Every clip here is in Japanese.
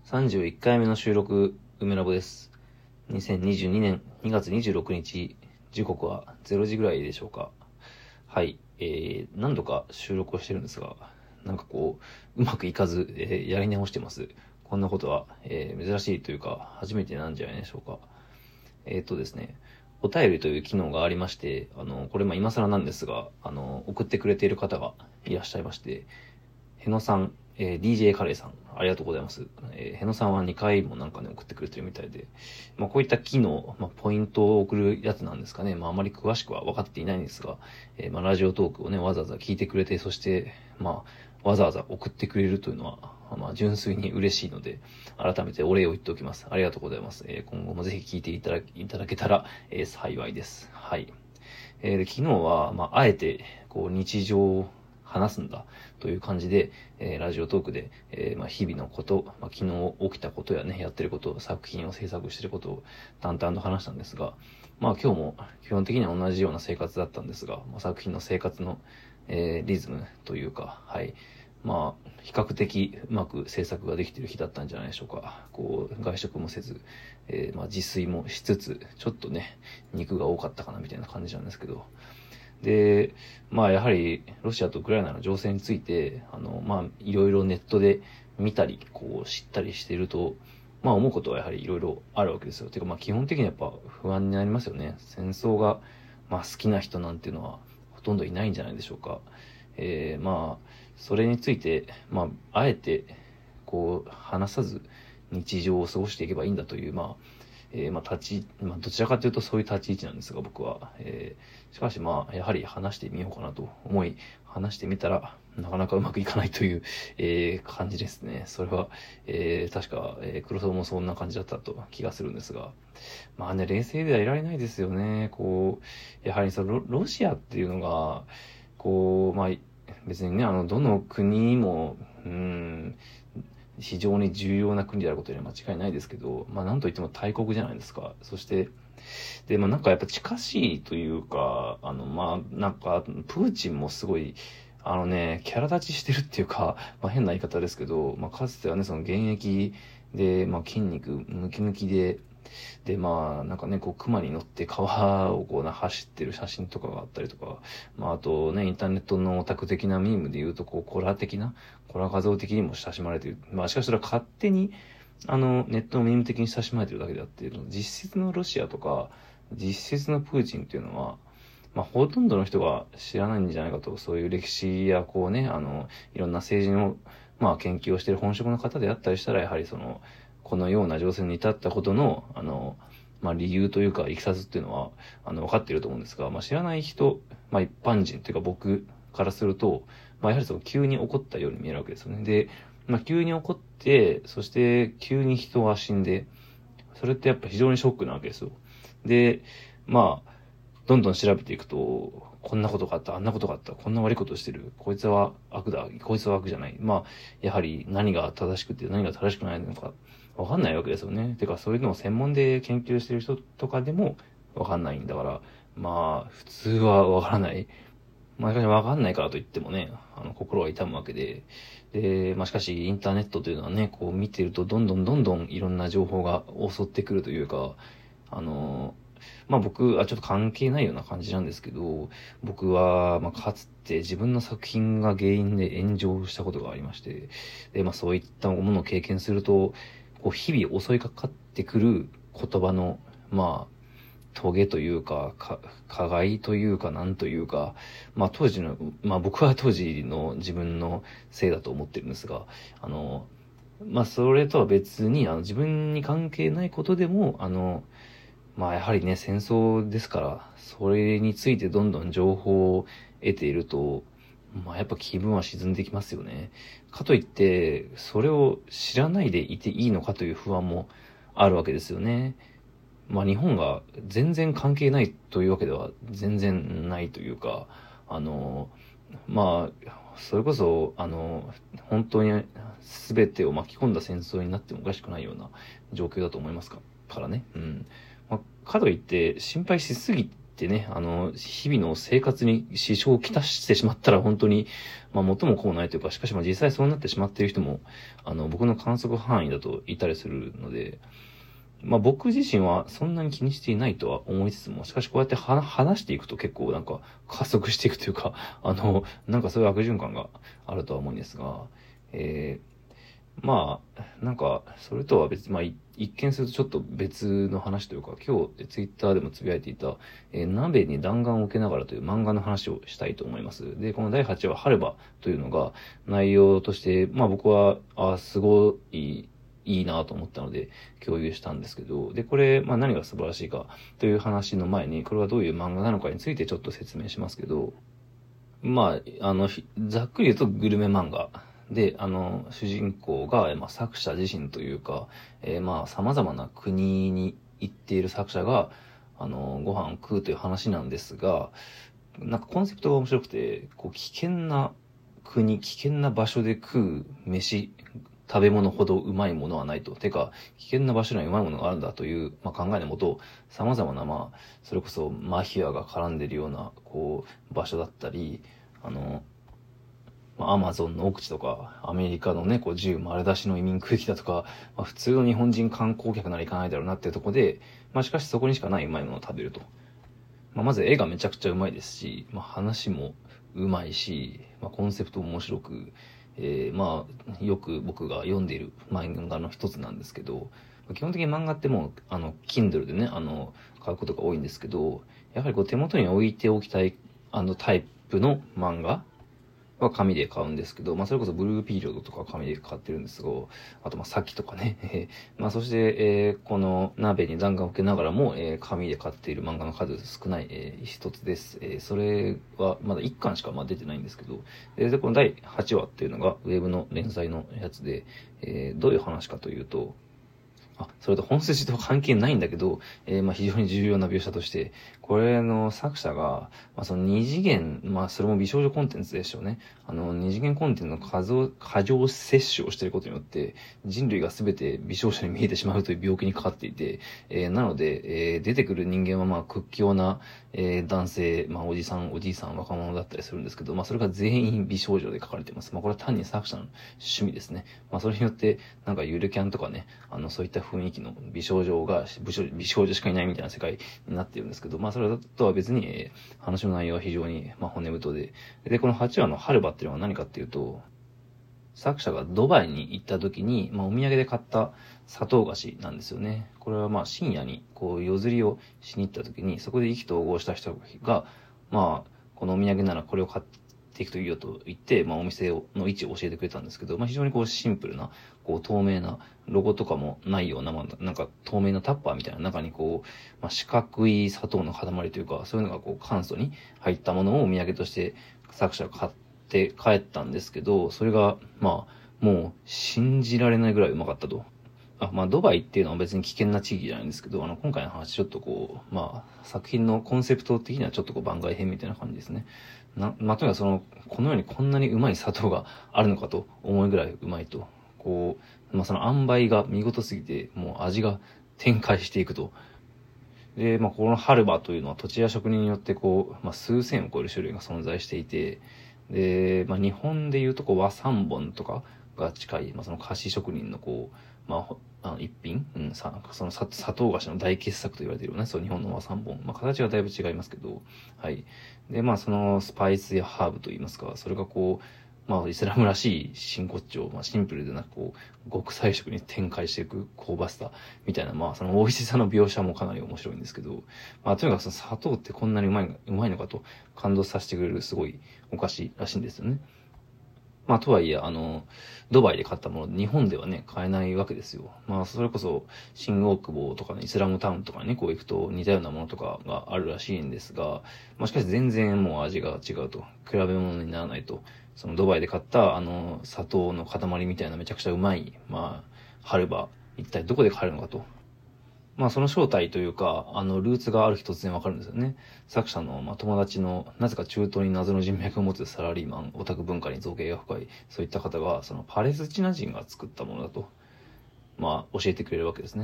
31回目の収録、梅ラボです。2022年2月26日、時刻は0時ぐらいでしょうか。はい、何度か収録をしてるんですが、なんかうまくいかず、やり直してます。こんなことは、珍しいというか、初めてなんじゃないでしょうか。ですね、お便りという機能がありまして、これ今更なんですが、送ってくれている方がいらっしゃいまして、へのさん、DJ カレーさん、ありがとうございます。へのさんは2回も送ってくれてるみたいで、こういった機能、ポイントを送るやつなんですかね。あまり詳しくは分かっていないんですが、ラジオトークをね、わざわざ聞いてくれて、そして、わざわざ送ってくれるというのは、純粋に嬉しいので、改めてお礼を言っておきます。ありがとうございます。今後もぜひ聞いていただけたら、幸いです。はい。で昨日は、あえて、日常を話すんだという感じで、ラジオトークで、日々のこと、昨日起きたことやね、やってること、作品を制作してることを淡々と話したんですが、今日も基本的には同じような生活だったんですが、作品の生活の、リズムというか、はい。比較的うまく制作ができている日だったんじゃないでしょうか。外食もせず、自炊もしつつ、ちょっとね、肉が多かったかなみたいな感じなんですけど、で、やはりロシアとウクライナの情勢について、いろいろネットで見たり、知ったりしていると、思うことはやはりいろいろあるわけですよ。てか基本的にやっぱ不安になりますよね。戦争が、好きな人なんていうのはほとんどいないんじゃないでしょうか。それについて、あえて、話さず日常を過ごしていけばいいんだという、どちらかというとそういう立ち位置なんですが、僕は。しかしやはり話してみようかなと思い、話してみたら、なかなかうまくいかないという、感じですね。それは、確か、黒沢もそんな感じだったと気がするんですが。冷静ではいられないですよね。やはりロシアっていうのが、別にね、どの国も、非常に重要な国であることには間違いないですけど、なんといっても大国じゃないですか。そして、で、やっぱ近しいというか、プーチンもすごい、キャラ立ちしてるっていうか、変な言い方ですけど、かつてはね、その現役で、筋肉ムキムキで、熊に乗って川を走ってる写真とかがあったりとか、あとね、インターネットのオタク的なミームで言うと、コラ画像的にも親しまれている。しかしそれは勝手に、ネットのミーム的に親しまれているだけであって、実質のロシアとか、実質のプーチンっていうのは、ほとんどの人が知らないんじゃないかと、そういう歴史やいろんな政治の、研究をしている本職の方であったりしたら、やはりこのような情勢に至ったことの、理由というか、いきさつっていうのは、分かっていると思うんですが、知らない人、一般人というか僕からすると、やはり急に起こったように見えるわけですよね。で、急に起こって、そして急に人が死んで、それってやっぱ非常にショックなわけですよ。で、どんどん調べていくと、こんなことがあった、あんなことがあった、こんな悪いことをしてる、こいつは悪だ、こいつは悪じゃない。やはり何が正しくて何が正しくないのか、わかんないわけですよね。てか、そういうのを専門で研究してる人とかでもわかんないんだから、普通はわからない。しかしわかんないからといってもね、心は痛むわけで。で、しかしインターネットというのはね、見てるとどんどんいろんな情報が襲ってくるというか、僕はちょっと関係ないような感じなんですけど、僕は、かつて自分の作品が原因で炎上したことがありまして、で、そういったものを経験すると、日々襲いかかってくる言葉の、トゲというか、加害というか、なんというか、当時の、僕は当時の自分のせいだと思ってるんですが、それとは別に、自分に関係ないことでも、やはりね、戦争ですから、それについてどんどん情報を得ていると、やっぱ気分は沈んできますよね。かといって、それを知らないでいていいのかという不安もあるわけですよね。日本が全然関係ないというわけでは全然ないというか、それこそ、本当に全てを巻き込んだ戦争になってもおかしくないような状況だと思いますからね。かといって心配しすぎってね、日々の生活に支障をきたしてしまったら本当に、元も子もないというか、しかし実際そうなってしまっている人も、僕の観測範囲だといたりするので、僕自身はそんなに気にしていないとは思いつつも、しかしこうやって話していくと結構加速していくというか、そういう悪循環があるとは思うんですが、それとは別に、一見するとちょっと別の話というか、今日ツイッターでもつぶやいていた、鍋に弾丸を受けながらという漫画の話をしたいと思います。で、この第8話、春場というのが内容として、僕は、すごい、いいなと思ったので共有したんですけど、で、これ、何が素晴らしいかという話の前に、これはどういう漫画なのかについてちょっと説明しますけど、ざっくり言うとグルメ漫画。で、主人公が、作者自身というか、様々な国に行っている作者が、ご飯を食うという話なんですが、コンセプトが面白くて、危険な国、危険な場所で食う飯、食べ物ほどうまいものはないと。てか、危険な場所にはうまいものがあるんだという、考えのもと、様々な、それこそマフィアが絡んでいるような、場所だったり、アマゾンの奥地とか、アメリカのね、銃丸出しの移民区域だとか、普通の日本人観光客なら行かないだろうなっていうところで、しかしそこにしかないうまいものを食べると。まず絵がめちゃくちゃうまいですし、話もうまいし、コンセプトも面白く、よく僕が読んでいる漫画の一つなんですけど、基本的に漫画ってもう、Kindle でね、買うことが多いんですけど、やはり手元に置いておきたい、タイプの漫画は紙で買うんですけど、それこそブルーピリオドとかは紙で買ってるんですが、あとさっきとかね、そして、この鍋に弾丸を受けながらも、紙で買っている漫画の数少ない、一つです。それはまだ1巻しか出てないんですけど、で、この第8話っていうのがウェブの連載のやつで、どういう話かというと、それと本筋とは関係ないんだけど、非常に重要な描写として、これの作者が、その二次元、それも美少女コンテンツでしょうね。二次元コンテンツの過剰摂取をしていることによって、人類が全て美少女に見えてしまうという病気にかかっていて、なので、出てくる人間は屈強な、男性、おじさん、おじいさん、若者だったりするんですけど、それが全員美少女で書かれています。これは単に作者の趣味ですね。それによって、ゆるキャンとかね、そういった雰囲気の美少女しかいないみたいな世界になっているんですけど、それとは別に、話の内容は非常に、骨太で、この8話の春場っていうのは何かっていうと、作者がドバイに行った時に、お土産で買った砂糖菓子なんですよね。これは深夜に夜釣りをしに行った時に、そこで意気投合した人が、このお土産ならこれを買っていくといいよと言って、お店の位置を教えてくれたんですけど、非常にシンプルな、透明な、ロゴとかもないような、透明なタッパーみたいな中に四角い砂糖の塊というか、そういうのが簡素に入ったものをお土産として作者が買って帰ったんですけど、それが、もう信じられないぐらいうまかったと。ドバイっていうのは別に危険な地域じゃないんですけど、今回の話ちょっと作品のコンセプト的にはちょっと番外編みたいな感じですね。とにかくこの世にこんなにうまい砂糖があるのかと思うぐらいうまいと。その塩梅が見事すぎて、もう味が展開していくと。で、この春場というのは土地や職人によって数千を超える種類が存在していて、で、日本でいうと和三本とかが近い、その菓子職人の一品、その砂糖菓子の大傑作と言われているね、そう日本の和三本。形はだいぶ違いますけど、はい。で、そのスパイスやハーブといいますか、それがイスラムらしい真骨頂、シンプルで極彩色に展開していく香ばしさみたいな、その美味しさの描写もかなり面白いんですけど、とにかくその砂糖ってこんなにうまいのかと感動させてくれるすごいお菓子らしいんですよね。とはいえ、ドバイで買ったもの、日本ではね、買えないわけですよ。それこそ、新大久保とかね、イスラムタウンとかにね、行くと似たようなものとかがあるらしいんですが、しかし全然もう味が違うと。比べ物にならないと。そのドバイで買った砂糖の塊みたいなめちゃくちゃうまい、春場、一体どこで買えるのかと。その正体というか、ルーツがある日突然わかるんですよね。作者の、友達の、なぜか中東に謎の人脈を持つサラリーマン、オタク文化に造形が深い、そういった方が、そのパレスチナ人が作ったものだと、教えてくれるわけですね。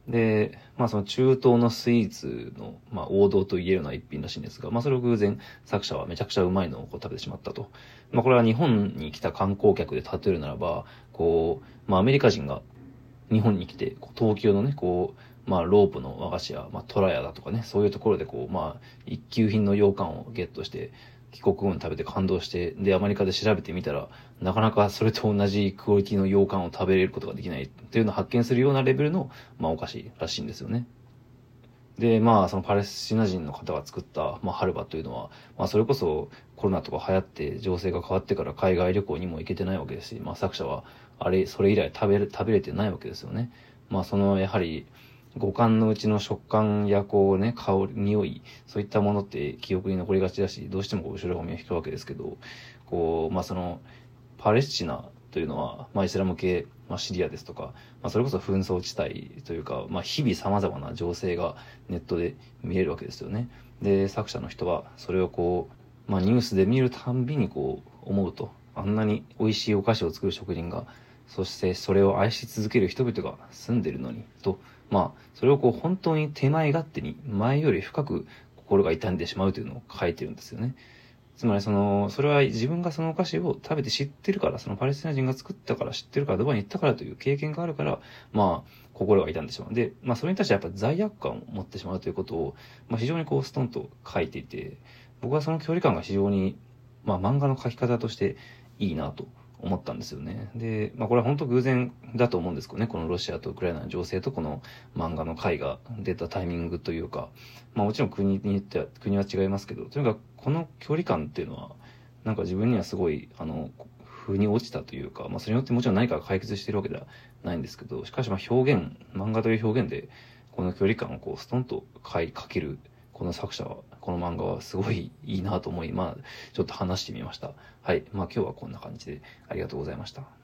で、その中東のスイーツの、王道と言えるような一品らしいんですが、それを偶然作者はめちゃくちゃうまいのをこう食べてしまったと。これは日本に来た観光客で例えるならば、アメリカ人が日本に来て、東京のね、ロープの和菓子屋、トラヤだとかね、そういうところで一級品の羊羹をゲットして、帰国後に食べて感動して、で、アメリカで調べてみたら、なかなかそれと同じクオリティの羊羹を食べれることができないっていうのを発見するようなレベルの、お菓子らしいんですよね。で、そのパレスチナ人の方が作った、ハルバというのは、それこそコロナとか流行って情勢が変わってから海外旅行にも行けてないわけですし、作者はそれ以来食べれてないわけですよね。やはり、五感のうちの食感や香り、匂い、そういったものって記憶に残りがちだし、どうしても後ろ髪を引くわけですけど、パレスチナというのは、イスラム系、シリアですとか、それこそ紛争地帯というか、日々様々な情勢がネットで見えるわけですよね。で、作者の人は、それをニュースで見るたんびに思うと、あんなに美味しいお菓子を作る職人が、そしてそれを愛し続ける人々が住んでるのに、と、それを本当に手前勝手に前より深く心が痛んでしまうというのを書いてるんですよね。つまりそれは自分がそのお菓子を食べて知ってるから、そのパレスチナ人が作ったから知ってるから、ドバイに行ったからという経験があるから、心が痛んでしまう。で、それに対してやっぱ罪悪感を持ってしまうということを、非常にストンと書いていて、僕はその距離感が非常に、漫画の書き方としていいなと思ったんですよね。で、これは本当偶然だと思うんですけどね、このロシアとウクライナの情勢とこの漫画の回が出たタイミングというか、もちろん国によっては、国は違いますけど、とにかくこの距離感っていうのは、なんか自分にはすごい、腑に落ちたというか、それによってもちろん何かが解決しているわけではないんですけど、しかし漫画という表現で、この距離感をストンと書ける、この作者は、この漫画はすごいいいなと思い、ちょっと話してみました。はい。今日はこんな感じでありがとうございました。